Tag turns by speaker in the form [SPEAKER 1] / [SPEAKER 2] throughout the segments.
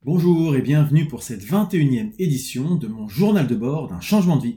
[SPEAKER 1] Bonjour et bienvenue pour cette 21e édition de mon journal de bord d'un changement de vie.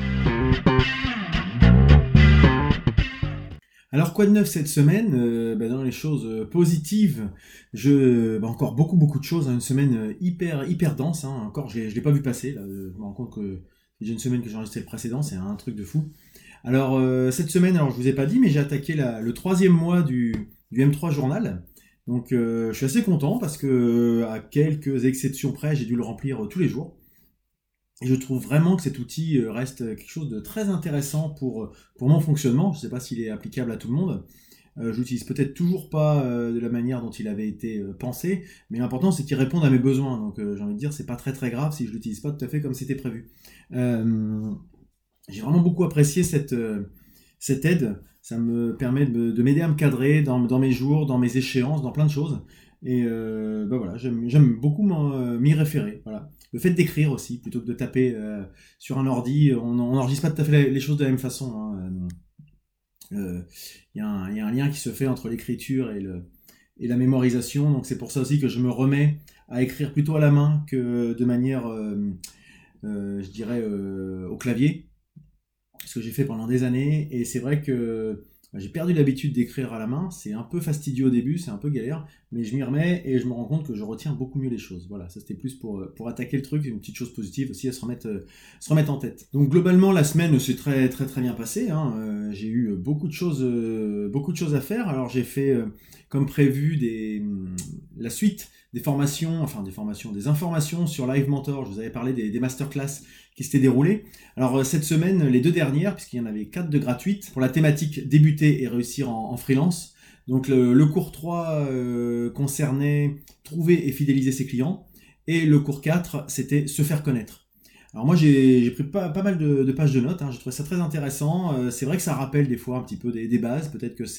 [SPEAKER 1] Alors quoi de neuf cette semaine? Dans les choses positives, encore beaucoup de choses, hein, une semaine hyper dense, hein. Encore je l'ai pas vu passer, là, je me rends compte que j'ai une semaine que j'ai enregistré le précédent, c'est un truc de fou. Alors cette semaine, alors je vous ai pas dit, mais j'ai attaqué le troisième mois du M3 journal. Donc je suis assez content parce que à quelques exceptions près, j'ai dû le remplir tous les jours. Et je trouve vraiment que cet outil reste quelque chose de très intéressant pour mon fonctionnement. Je ne sais pas s'il est applicable à tout le monde. Je l'utilise peut-être toujours pas de la manière dont il avait été pensé, mais l'important c'est qu'il réponde à mes besoins. Donc j'ai envie de dire, c'est pas très grave si je l'utilise pas tout à fait comme c'était prévu. Euh, j'ai vraiment beaucoup apprécié cette aide. Ça me permet de m'aider à me cadrer dans mes jours, dans mes échéances, dans plein de choses. Et voilà, j'aime beaucoup m'y référer. Voilà. Le fait d'écrire aussi, plutôt que de taper sur un ordi, on n'enregistre pas tout à fait les choses de la même façon, hein. Il y a un lien qui se fait entre l'écriture et la mémorisation. Donc c'est pour ça aussi que je me remets à écrire plutôt à la main que de manière, je dirais, au clavier, ce que j'ai fait pendant des années, et c'est vrai que j'ai perdu l'habitude d'écrire à la main, c'est un peu fastidieux au début, c'est un peu galère, mais je m'y remets et je me rends compte que je retiens beaucoup mieux les choses. Voilà, ça c'était plus pour attaquer le truc, une petite chose positive aussi à se remettre en tête. Donc globalement, la semaine s'est très bien passée, hein. J'ai eu beaucoup de choses à faire. Alors j'ai fait, comme prévu, la suite des informations sur Live Mentor. Je vous avais parlé des masterclass qui s'étaient déroulées. Alors cette semaine, les deux dernières, puisqu'il y en avait 4 de gratuites, pour la thématique débuter et réussir en freelance. Donc le cours 3 concernait trouver et fidéliser ses clients, et le cours 4, c'était se faire connaître. Alors moi j'ai pris pas mal de pages de notes, hein. J'ai trouvé ça très intéressant. C'est vrai que ça rappelle des fois un petit peu des bases, peut-être que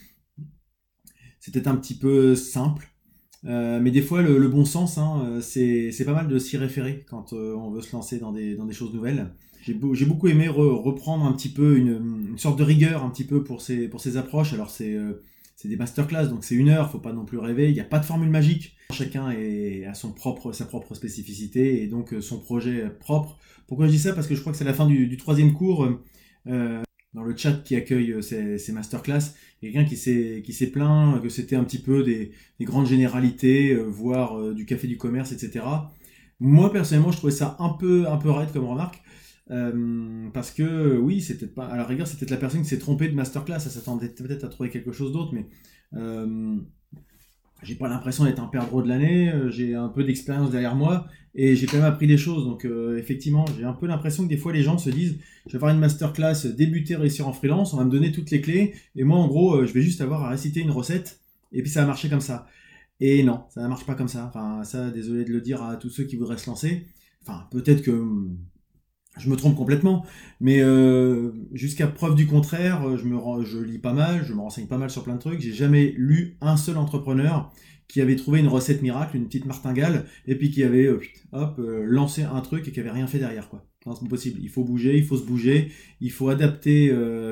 [SPEAKER 1] c'est peut-être un petit peu simple. Mais des fois, le bon sens, hein, c'est pas mal de s'y référer quand on veut se lancer dans des choses nouvelles. J'ai beaucoup aimé reprendre un petit peu une sorte de rigueur un petit peu pour ces approches. Alors c'est des masterclass, donc c'est 1 heure, faut pas non plus rêver. Il n'y a pas de formule magique. Chacun a sa propre spécificité et donc son projet propre. Pourquoi je dis ça? Parce que je crois que c'est la fin du troisième cours. Dans le chat qui accueille ces masterclass, quelqu'un qui s'est plaint que c'était un petit peu des grandes généralités, voire du café du commerce, etc. Moi personnellement, je trouvais ça un peu raide comme remarque. Parce que oui, c'est peut-être pas, à la rigueur, c'est peut-être la personne qui s'est trompée de masterclass, ça s'attendait peut-être à trouver quelque chose d'autre, mais euh, j'ai pas l'impression d'être un perdreau de l'année, j'ai un peu d'expérience derrière moi et j'ai quand même appris des choses. Donc effectivement, j'ai un peu l'impression que des fois les gens se disent je vais faire une masterclass débuter, réussir en freelance, on va me donner toutes les clés et moi en gros je vais juste avoir à réciter une recette et puis ça va marcher comme ça. Et non, ça ne marche pas comme ça. Enfin ça, désolé de le dire à tous ceux qui voudraient se lancer. Enfin peut-être que je me trompe complètement, mais jusqu'à preuve du contraire, je lis pas mal, je me renseigne pas mal sur plein de trucs. J'ai jamais lu un seul entrepreneur qui avait trouvé une recette miracle, une petite martingale, et puis qui avait lancé un truc et qui avait rien fait derrière, quoi. Non, c'est pas possible. Il faut bouger, il faut se bouger, il faut adapter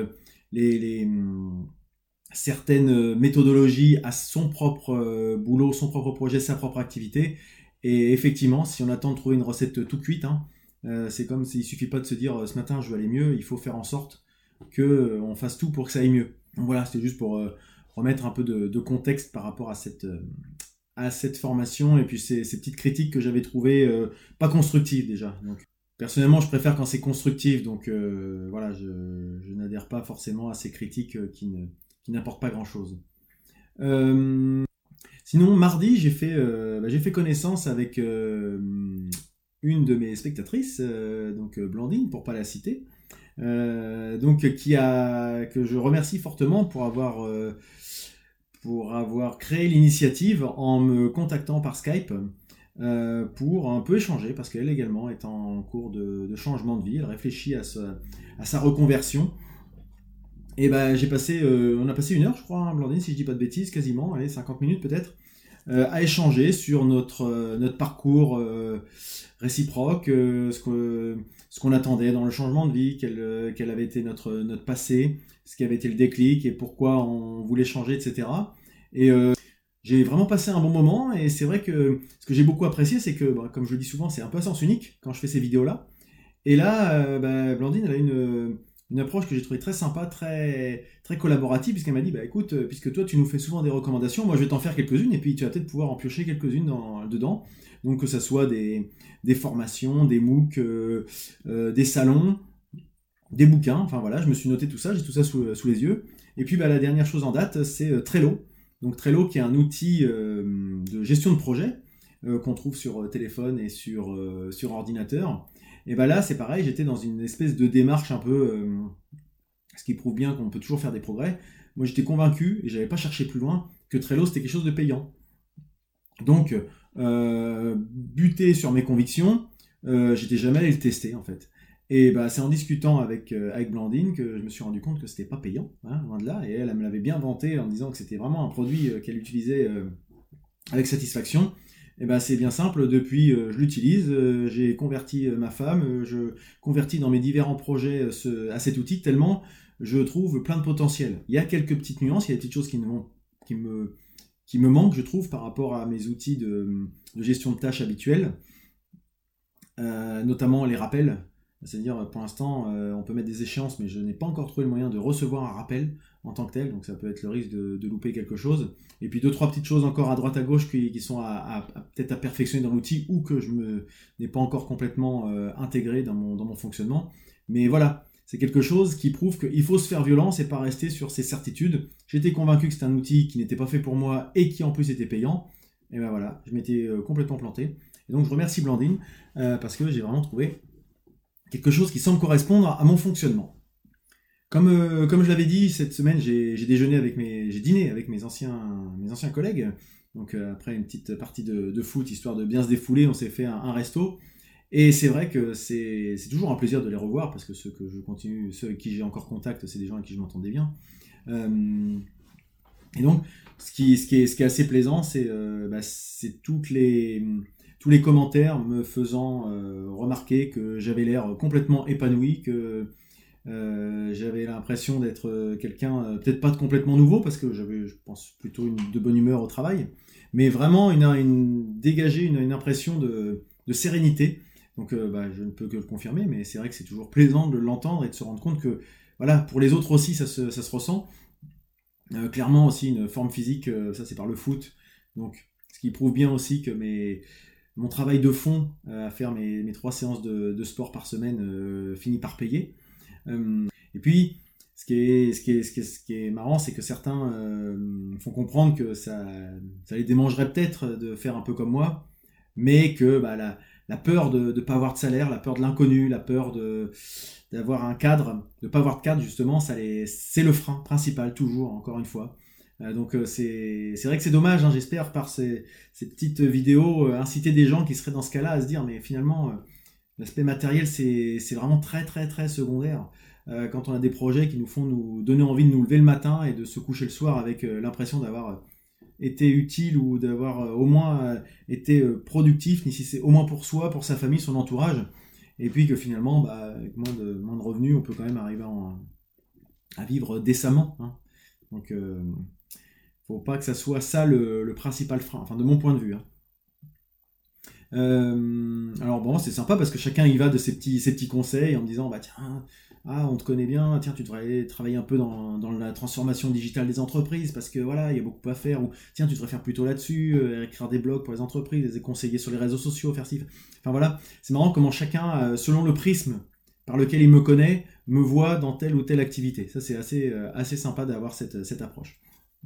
[SPEAKER 1] certaines méthodologies à son propre boulot, son propre projet, sa propre activité. Et effectivement, si on attend de trouver une recette tout cuite, hein, c'est comme s'il suffit pas de se dire ce matin je vais aller mieux, il faut faire en sorte que on fasse tout pour que ça aille mieux. Donc voilà, c'était juste pour remettre un peu de contexte par rapport à cette formation et puis ces petites critiques que j'avais trouvées pas constructives déjà. Donc personnellement, je préfère quand c'est constructif, donc voilà, je n'adhère pas forcément à ces critiques qui n'apportent pas grand-chose. Euh, Sinon, mardi, j'ai fait connaissance avec une de mes spectatrices, donc Blandine, pour pas la citer, que je remercie fortement pour avoir créé l'initiative en me contactant par Skype pour un peu échanger, parce qu'elle également est en cours de changement de vie, elle réfléchit à sa reconversion. Et ben on a passé 1 heure, je crois, hein, Blandine, si je dis pas de bêtises, quasiment, allez, 50 minutes peut-être, à échanger sur notre parcours réciproque, ce qu'on attendait dans le changement de vie, quel avait été notre passé, ce qui avait été le déclic et pourquoi on voulait changer, etc. Et j'ai vraiment passé un bon moment et c'est vrai que ce que j'ai beaucoup apprécié, c'est que, bah, comme je le dis souvent, c'est un peu à sens unique quand je fais ces vidéos-là. Et là, bah, Blandine, elle a une approche que j'ai trouvée très sympa, très collaborative, puisqu'elle m'a dit, bah écoute, puisque toi tu nous fais souvent des recommandations, moi je vais t'en faire quelques-unes, et puis tu vas peut-être pouvoir en piocher quelques-unes dedans. Donc que ça soit des formations, des MOOC, des salons, des bouquins, enfin voilà, je me suis noté tout ça, j'ai tout ça sous les yeux. Et puis bah, la dernière chose en date, c'est Trello. Donc Trello qui est un outil de gestion de projet qu'on trouve sur téléphone et sur ordinateur. Et bah là c'est pareil, j'étais dans une espèce de démarche un peu, ce qui prouve bien qu'on peut toujours faire des progrès. Moi j'étais convaincu, et j'avais pas cherché plus loin, que Trello c'était quelque chose de payant. Donc buté sur mes convictions, j'étais jamais allé le tester en fait. Et bah, c'est en discutant avec Blandine que je me suis rendu compte que c'était pas payant, hein, loin de là. Et elle me l'avait bien vanté en me disant que c'était vraiment un produit qu'elle utilisait avec satisfaction. Et ben c'est bien simple, depuis je l'utilise, j'ai converti ma femme, je convertis dans mes différents projets à cet outil tellement je trouve plein de potentiel. Il y a quelques petites nuances, il y a des petites choses qui me, qui me manquent, je trouve, par rapport à mes outils de gestion de tâches habituels, notamment les rappels. C'est-à-dire, pour l'instant, on peut mettre des échéances, mais je n'ai pas encore trouvé le moyen de recevoir un rappel en tant que tel, donc ça peut être le risque de louper quelque chose. Et puis deux, trois petites choses encore à droite à gauche qui sont peut-être à perfectionner dans l'outil ou que je n'ai pas encore complètement intégré dans mon fonctionnement. Mais voilà, c'est quelque chose qui prouve qu'il faut se faire violence et pas rester sur ses certitudes. J'étais convaincu que c'était un outil qui n'était pas fait pour moi et qui en plus était payant. Et ben voilà, je m'étais complètement planté. Et donc je remercie Blandine parce que j'ai vraiment trouvé quelque chose qui semble correspondre à mon fonctionnement. Comme je l'avais dit, cette semaine, j'ai dîné avec mes anciens collègues. Donc après une petite partie de foot, histoire de bien se défouler, on s'est fait un resto. Et c'est vrai que c'est toujours un plaisir de les revoir, parce que ceux avec qui j'ai encore contact, c'est des gens avec qui je m'entendais bien. Et donc, ce qui est assez plaisant, c'est tous les commentaires me faisant remarquer que j'avais l'air complètement épanoui, que j'avais l'impression d'être quelqu'un, peut-être pas de complètement nouveau, parce que j'avais, je pense, plutôt de bonne humeur au travail, mais vraiment dégager une impression de sérénité. Donc bah, je ne peux que le confirmer, mais c'est vrai que c'est toujours plaisant de l'entendre et de se rendre compte que, voilà, pour les autres aussi, ça se ressent. Clairement aussi une forme physique, ça c'est par le foot. Donc, ce qui prouve bien aussi que mon travail de fond à faire mes 3 séances de sport par semaine finit par payer. Et puis, ce qui est marrant, c'est que certains font comprendre que ça les démangerait peut-être de faire un peu comme moi, mais que bah, la peur de ne pas avoir de salaire, la peur de l'inconnu, la peur d'avoir un cadre, de ne pas avoir de cadre, justement, c'est le frein principal, toujours, encore une fois. Donc c'est vrai que c'est dommage, hein, j'espère, par ces petites vidéos, inciter des gens qui seraient dans ce cas-là à se dire, mais finalement, l'aspect matériel, c'est vraiment très très très secondaire. Quand on a des projets qui nous font nous donner envie de nous lever le matin et de se coucher le soir avec l'impression d'avoir été utile ou d'avoir au moins été productif, ni si c'est au moins pour soi, pour sa famille, son entourage, et puis que finalement, bah, avec moins de revenus, on peut quand même arriver à vivre décemment, hein. Donc, faut pas que ça soit ça le principal frein, enfin de mon point de vue, hein. Alors bon, c'est sympa parce que chacun y va de ses petits conseils en me disant, bah tiens, ah, on te connaît bien, tiens, tu devrais aller travailler un peu dans la transformation digitale des entreprises parce que voilà, il y a beaucoup à faire, ou tiens, tu devrais faire plutôt là-dessus, écrire des blogs pour les entreprises, les conseiller sur les réseaux sociaux, faire ci. Enfin voilà, c'est marrant comment chacun, selon le prisme par lequel il me connaît, me voit dans telle ou telle activité. Ça, c'est assez sympa d'avoir cette approche.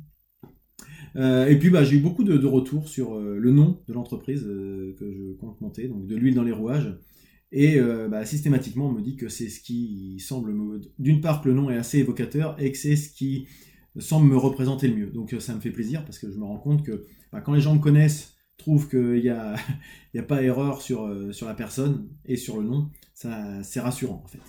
[SPEAKER 1] Et puis bah, j'ai eu beaucoup de retours sur le nom de l'entreprise que je compte monter, donc de l'huile dans les rouages. Et bah, systématiquement, on me dit que c'est ce qui semble d'une part que le nom est assez évocateur et que c'est ce qui semble me représenter le mieux. Donc ça me fait plaisir parce que je me rends compte que bah, quand les gens me connaissent, trouvent qu'il n'y a, il y a pas erreur sur la personne et sur le nom, ça, c'est rassurant en fait.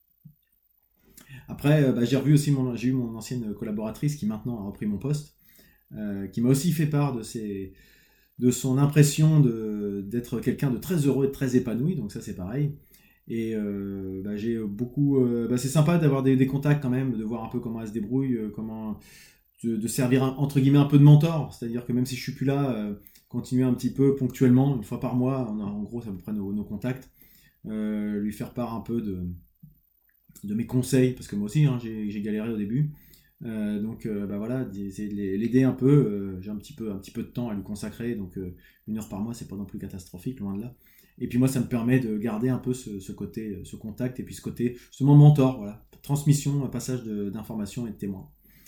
[SPEAKER 1] Après, bah, j'ai eu mon ancienne collaboratrice qui maintenant a repris mon poste, qui m'a aussi fait part de son impression d'être quelqu'un de très heureux et de très épanoui, donc ça c'est pareil. Et bah, j'ai beaucoup. Bah, c'est sympa d'avoir des contacts quand même, de voir un peu comment elle se débrouille, comment. de servir entre guillemets un peu de mentor, c'est-à-dire que même si je suis plus là, continuer un petit peu ponctuellement, une fois par mois, en gros c'est à peu près nos contacts, lui faire part un peu de mes conseils, parce que moi aussi j'ai galéré au début. Donc voilà, essayer de l'aider un peu. J'ai un petit peu de temps à lui consacrer, donc 1 heure par mois, c'est pas non plus catastrophique, loin de là. Et puis moi, ça me permet de garder un peu ce côté, ce contact, et puis ce côté justement mentor, voilà, transmission, passage d'informations et de témoins.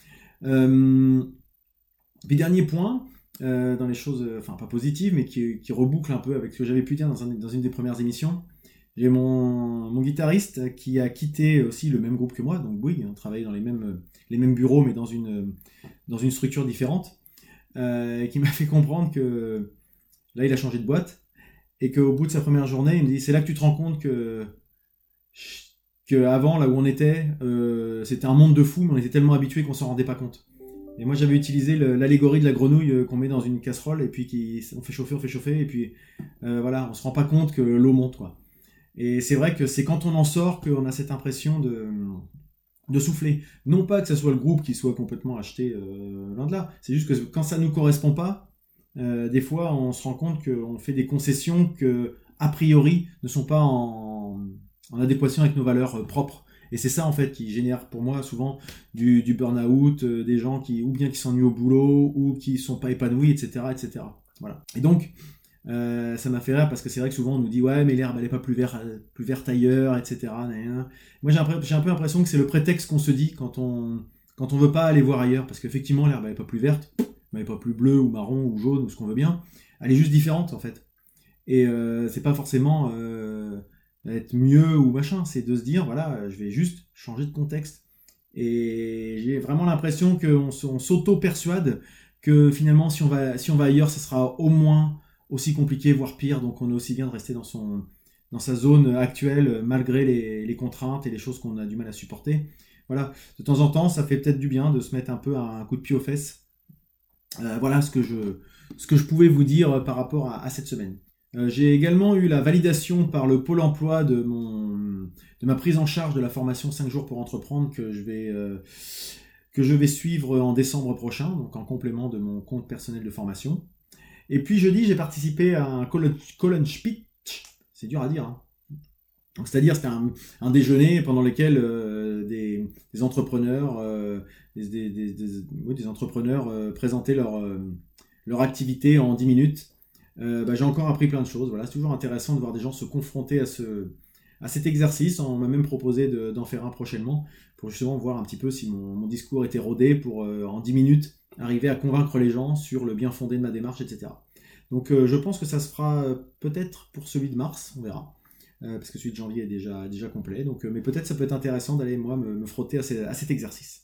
[SPEAKER 1] Puis dernier point, dans les choses, enfin pas positives, mais qui reboucle un peu avec ce que j'avais pu dire dans une des premières émissions. J'ai mon guitariste qui a quitté aussi le même groupe que moi, donc Bouygues, on travaillait dans les mêmes bureaux, mais dans une structure différente, et qui m'a fait comprendre que là, il a changé de boîte, et qu'au bout de sa première journée, il me dit, c'est là que tu te rends compte que avant, là où on était, c'était un monde de fous, mais on était tellement habitués qu'on s'en rendait pas compte. Et moi, j'avais utilisé l'allégorie de la grenouille qu'on met dans une casserole, et puis on fait chauffer, et puis voilà, on se rend pas compte que l'eau monte, quoi. Et c'est vrai que c'est quand on en sort qu'on a cette impression de souffler. Non pas que ce soit le groupe qui soit complètement acheté, loin de là. C'est juste que quand ça ne nous correspond pas, des fois on se rend compte qu'on fait des concessions que, a priori, ne sont pas en adéquation avec nos valeurs propres. Et c'est ça en fait qui génère pour moi souvent du burn-out, des gens ou bien qui s'ennuient au boulot, ou qui sont pas épanouis, etc. etc. Voilà. Et donc, ça m'a fait rire parce que c'est vrai que souvent on nous dit ouais mais l'herbe elle est pas plus verte ailleurs, etc. Moi j'ai un peu l'impression que c'est le prétexte qu'on se dit quand on veut pas aller voir ailleurs, parce qu'effectivement l'herbe elle est pas plus verte, elle est pas plus bleue ou marron ou jaune ou ce qu'on veut bien, elle est juste différente en fait. Et c'est pas forcément être mieux ou machin, c'est de se dire voilà je vais juste changer de contexte. Et j'ai vraiment l'impression qu'on s'auto-persuade que finalement si on va ailleurs ça sera au moins aussi compliqué, voire pire, donc on est aussi bien de rester dans sa zone actuelle, malgré les contraintes et les choses qu'on a du mal à supporter. Voilà, de temps en temps, ça fait peut-être du bien de se mettre un peu un coup de pied aux fesses. Voilà ce que je pouvais vous dire par rapport à cette semaine. J'ai également eu la validation par le Pôle emploi de ma prise en charge de la formation 5 jours pour entreprendre que je vais suivre en décembre prochain, donc en complément de mon compte personnel de formation. Et puis jeudi, j'ai participé à un college pitch, c'est dur à dire, hein. C'est-à-dire c'était un déjeuner pendant lequel des entrepreneurs, des entrepreneurs présentaient leur activité en 10 minutes. J'ai encore appris plein de choses. Voilà, c'est toujours intéressant de voir des gens se confronter à cet exercice. On m'a même proposé d'en faire un prochainement pour justement voir un petit peu si mon discours était rodé pour en 10 minutes arriver à convaincre les gens sur le bien fondé de ma démarche, etc. Donc je pense que ça se fera peut-être pour celui de mars, on verra. Parce que celui de janvier est déjà complet. Donc, mais peut-être ça peut être intéressant d'aller moi me frotter à cet exercice.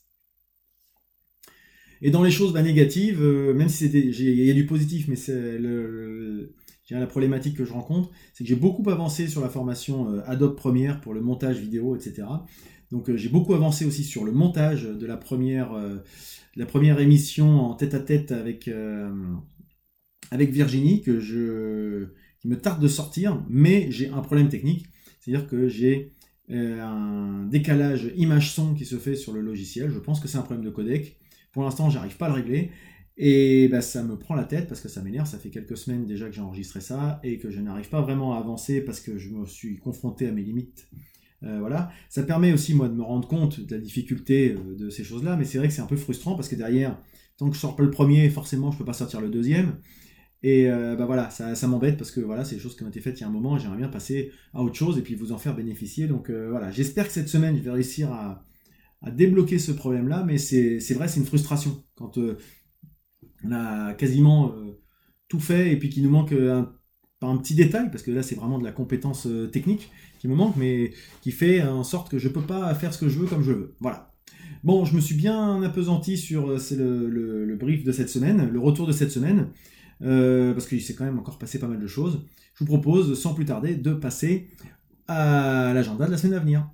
[SPEAKER 1] Et dans les choses négatives, même si il y a du positif, mais c'est la problématique que je rencontre, c'est que j'ai beaucoup avancé sur la formation Adobe Premiere pour le montage vidéo, etc. Donc j'ai beaucoup avancé aussi sur le montage de la première émission en tête-à-tête avec Virginie, qui me tarde de sortir, mais j'ai un problème technique, c'est-à-dire que j'ai un décalage image-son qui se fait sur le logiciel. Je pense que c'est un problème de codec. Pour l'instant, j'arrive pas à le régler. Et ça me prend la tête parce que ça m'énerve. Ça fait quelques semaines déjà que j'ai enregistré ça et que je n'arrive pas vraiment à avancer parce que je me suis confronté à mes limites. Voilà. Ça permet aussi, moi, de me rendre compte de la difficulté de ces choses-là. Mais c'est vrai que c'est un peu frustrant parce que derrière, tant que je sors pas le premier, forcément, je peux pas sortir le deuxième. Et voilà, ça m'embête parce que voilà, c'est des choses qui ont été faites il y a un moment et j'aimerais bien passer à autre chose et puis vous en faire bénéficier. Donc voilà, j'espère que cette semaine, je vais réussir à débloquer ce problème-là, mais c'est vrai, c'est une frustration quand on a quasiment tout fait et puis qu'il nous manque pas un petit détail, parce que là c'est vraiment de la compétence technique qui me manque, mais qui fait en sorte que je peux pas faire ce que je veux comme je veux. Voilà. Bon, je me suis bien appesanti sur c'est le brief de cette semaine, le retour de cette semaine, parce qu'il s'est quand même encore passé pas mal de choses. Je vous propose, sans plus tarder, de passer à l'agenda de la semaine à venir.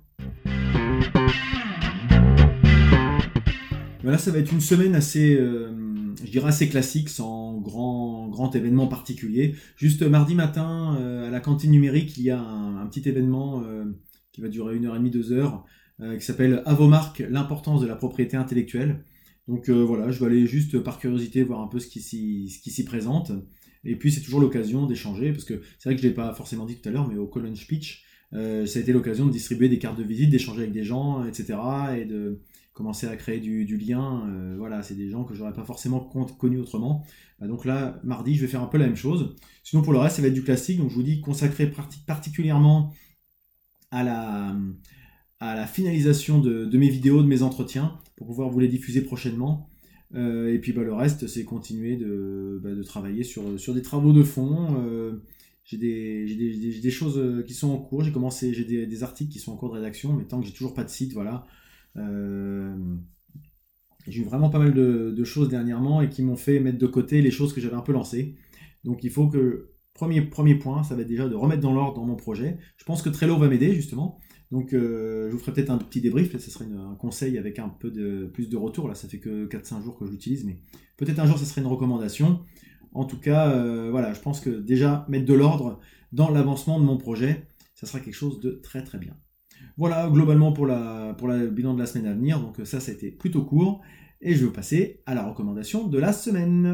[SPEAKER 1] Là, ça va être une semaine assez, je dirais assez classique, sans grand événement particulier. Juste mardi matin, à la cantine numérique, il y a un petit événement qui va durer 1h30, 2 heures, qui s'appelle À vos marques, l'importance de la propriété intellectuelle. Donc voilà, je vais aller juste par curiosité voir un peu ce qui s'y présente. Et puis c'est toujours l'occasion d'échanger, parce que c'est vrai que je ne l'ai pas forcément dit tout à l'heure, mais au College Pitch, ça a été l'occasion de distribuer des cartes de visite, d'échanger avec des gens, etc. Et de commencer à créer du lien. Voilà, c'est des gens que je n'aurais pas forcément connus autrement. Donc là, mardi, je vais faire un peu la même chose. Sinon pour le reste, ça va être du classique, donc je vous dis consacré particulièrement à la finalisation de mes vidéos, de mes entretiens, pour pouvoir vous les diffuser prochainement. Et puis le reste, c'est continuer de travailler sur des travaux de fond. J'ai des choses qui sont en cours. J'ai des articles qui sont en cours de rédaction, mais tant que j'ai toujours pas de site, voilà. Euh, j'ai eu vraiment pas mal de choses dernièrement et qui m'ont fait mettre de côté les choses que j'avais un peu lancées. Donc il faut que, premier point, ça va être déjà de remettre dans l'ordre dans mon projet. Je pense que Trello va m'aider justement. Donc je vous ferai peut-être un petit débrief, là, ça serait un conseil avec un peu plus de retour. Là, ça fait que 4-5 jours que je l'utilise, mais peut-être un jour ça serait une recommandation. En tout cas, voilà, je pense que déjà mettre de l'ordre dans l'avancement de mon projet, ça sera quelque chose de très très bien. Voilà, globalement pour le bilan de la semaine à venir. Donc ça a été plutôt court. Et je vais passer à la recommandation de la semaine.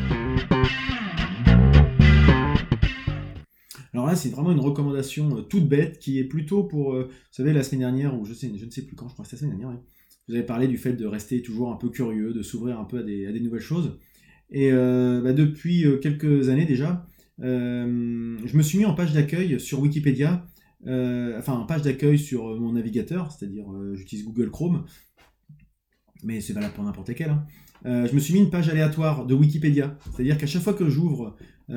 [SPEAKER 1] Alors là, c'est vraiment une recommandation toute bête qui est plutôt pour, vous savez, la semaine dernière, ou je ne sais plus quand, je crois que c'était la semaine dernière, ouais, vous avez parlé du fait de rester toujours un peu curieux, de s'ouvrir un peu à des nouvelles choses. Et depuis quelques années déjà, je me suis mis en page d'accueil sur Wikipédia, en page d'accueil sur mon navigateur, c'est-à-dire j'utilise Google Chrome, mais c'est valable pour n'importe lequel. Hein. Je me suis mis une page aléatoire de Wikipédia, c'est-à-dire qu'à chaque fois que j'ouvre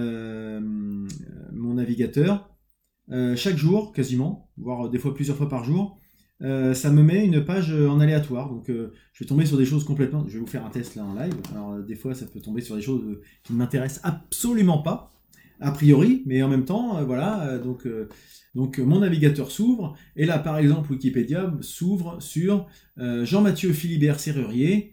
[SPEAKER 1] mon navigateur, chaque jour quasiment, voire des fois plusieurs fois par jour, ça me met une page en aléatoire. Donc je vais tomber sur des choses complètement... Je vais vous faire un test là en live. Alors des fois ça peut tomber sur des choses qui ne m'intéressent absolument pas, a priori, mais en même temps, voilà, donc mon navigateur s'ouvre, et là par exemple Wikipédia s'ouvre sur Jean-Mathieu Philibert Serrurier,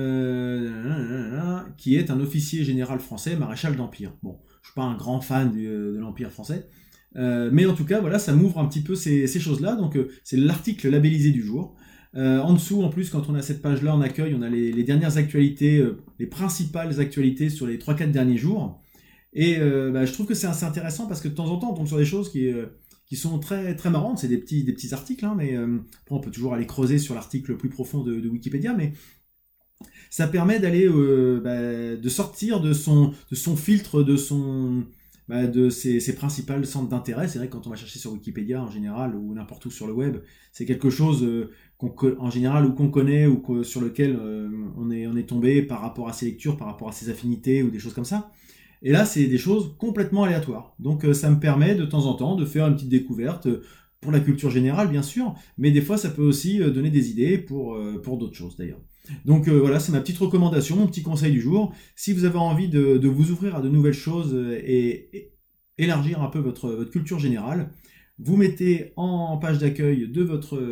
[SPEAKER 1] qui est un officier général français, maréchal d'Empire. Bon, je suis pas un grand fan de l'Empire français, mais en tout cas, voilà, ça m'ouvre un petit peu ces choses-là, donc c'est l'article labellisé du jour. En dessous, en plus, quand on a cette page-là en accueil, on a les dernières actualités, les principales actualités sur les 3-4 derniers jours. Et je trouve que c'est assez intéressant parce que de temps en temps, on tombe sur des choses qui sont très, très marrantes. C'est des petits articles, hein, mais on peut toujours aller creuser sur l'article le plus profond de Wikipédia, mais ça permet d'aller de sortir de son filtre, de ses principales centres d'intérêt. C'est vrai que quand on va chercher sur Wikipédia en général ou n'importe où sur le web, c'est quelque chose en général ou qu'on connaît ou sur lequel on est tombé par rapport à ses lectures, par rapport à ses affinités ou des choses comme ça. Et là, c'est des choses complètement aléatoires. Donc ça me permet de temps en temps de faire une petite découverte pour la culture générale, bien sûr, mais des fois ça peut aussi donner des idées pour d'autres choses d'ailleurs. Donc voilà, c'est ma petite recommandation, mon petit conseil du jour. Si vous avez envie de vous ouvrir à de nouvelles choses et élargir un peu votre culture générale, vous mettez en page d'accueil de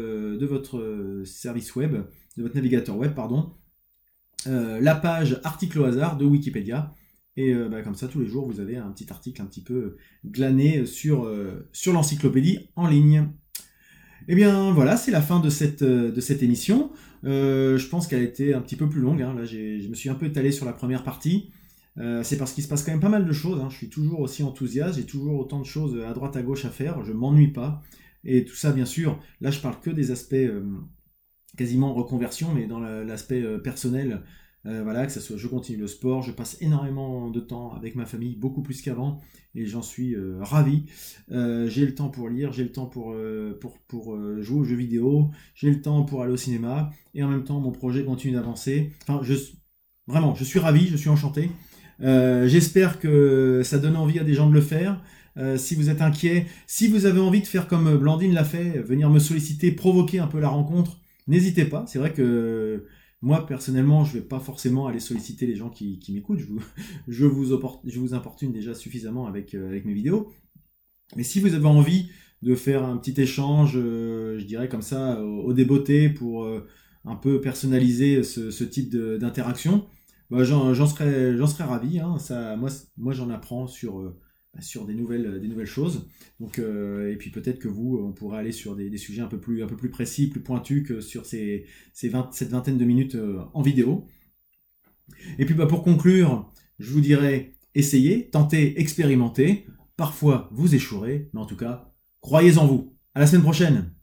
[SPEAKER 1] votre service web, de votre navigateur web, pardon, la page article au hasard de Wikipédia. Et comme ça, tous les jours, vous avez un petit article un petit peu glané sur l'encyclopédie en ligne. Eh bien voilà, c'est la fin de cette émission. Je pense qu'elle a été un petit peu plus longue. Hein. Là, je me suis un peu étalé sur la première partie. C'est parce qu'il se passe quand même pas mal de choses. Hein. Je suis toujours aussi enthousiaste, j'ai toujours autant de choses à droite à gauche à faire. Je m'ennuie pas. Et tout ça, bien sûr, là, je parle que des aspects quasiment reconversion, mais dans l'aspect personnel. Voilà, que ça soit, je continue le sport, je passe énormément de temps avec ma famille, beaucoup plus qu'avant, et j'en suis ravi. J'ai le temps pour lire, j'ai le temps pour jouer aux jeux vidéo, j'ai le temps pour aller au cinéma, et en même temps, mon projet continue d'avancer. Enfin, vraiment, je suis ravi, je suis enchanté. J'espère que ça donne envie à des gens de le faire. Si vous êtes inquiet, si vous avez envie de faire comme Blandine l'a fait, venir me solliciter, provoquer un peu la rencontre, n'hésitez pas. C'est vrai que moi, personnellement, je ne vais pas forcément aller solliciter les gens qui m'écoutent. Je vous importune déjà suffisamment avec mes vidéos. Mais si vous avez envie de faire un petit échange, je dirais comme ça, au débeauté pour un peu personnaliser ce type d'interaction, j'en serais ravi. Hein. Ça, moi, j'en apprends sur des nouvelles choses. Donc, et puis peut-être que on pourrait aller sur des sujets un peu plus précis, plus pointus que sur cette vingtaine de minutes en vidéo. Et puis pour conclure, je vous dirais, essayez, tentez, expérimentez. Parfois, vous échouerez, mais en tout cas, croyez en vous. À la semaine prochaine!